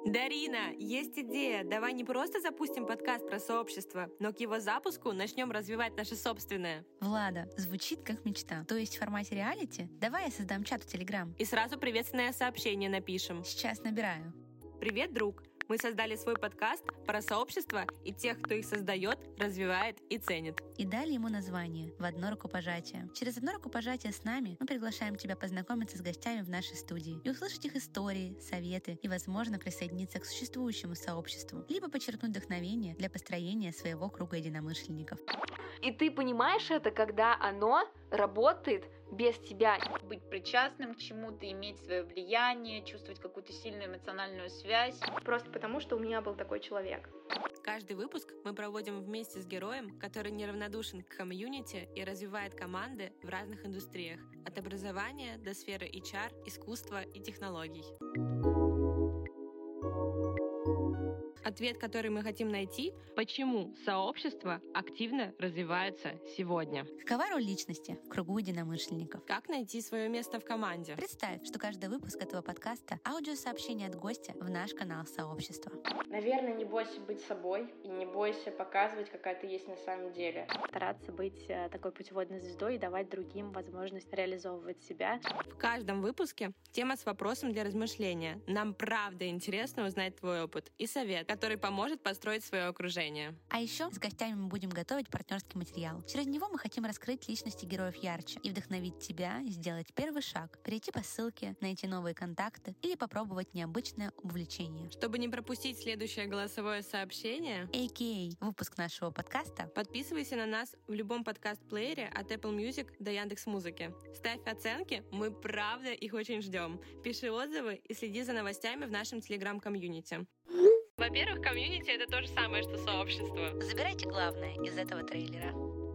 Дарина, есть идея. Давай не просто запустим подкаст про сообщество, но к его запуску начнем развивать наше собственное. Влада, звучит как мечта. То есть в формате реалити? Давай я создам чат в Телеграм. И сразу приветственное сообщение напишем. Сейчас набираю. Привет, друг. Мы создали свой подкаст про сообщество и тех, кто их создает, развивает и ценит. И дали ему название «В одно рукопожатие». Через одно рукопожатие с нами мы приглашаем тебя познакомиться с гостями в нашей студии и услышать их истории, советы и, возможно, присоединиться к существующему сообществу, либо почерпнуть вдохновение для построения своего круга единомышленников. И ты понимаешь это, когда оно работает без тебя. Быть причастным к чему-то, иметь свое влияние, чувствовать какую-то сильную эмоциональную связь. Просто потому, что у меня был такой человек. Каждый выпуск мы проводим вместе с героем, который неравнодушен к комьюнити и развивает команды в разных индустриях, от образования до сферы HR, искусства и технологий. Ответ, который мы хотим найти, почему сообщество активно развивается сегодня. Какова роль личности в кругу единомышленников? Как найти свое место в команде? Представь, что каждый выпуск этого подкаста — аудиосообщение от гостя в наш канал сообщества. Наверное, не бойся быть собой и не бойся показывать, какая ты есть на самом деле. Стараться быть такой путеводной звездой и давать другим возможность реализовывать себя. В каждом выпуске тема с вопросом для размышления. Нам правда интересно узнать твой опыт и совет, который поможет построить свое окружение. А еще с гостями мы будем готовить партнерский материал. Через него мы хотим раскрыть личности героев ярче и вдохновить тебя сделать первый шаг, перейти по ссылке, найти новые контакты или попробовать необычное увлечение. Чтобы не пропустить следующее голосовое сообщение, а.к.а. выпуск нашего подкаста, подписывайся на нас в любом подкаст-плеере от Apple Music до Яндекс.Музыки. Ставь оценки, мы правда их очень ждем. Пиши отзывы и следи за новостями в нашем Telegram-комьюнити. Во-первых, комьюнити — это то же самое, что сообщество. Забирайте главное из этого трейлера.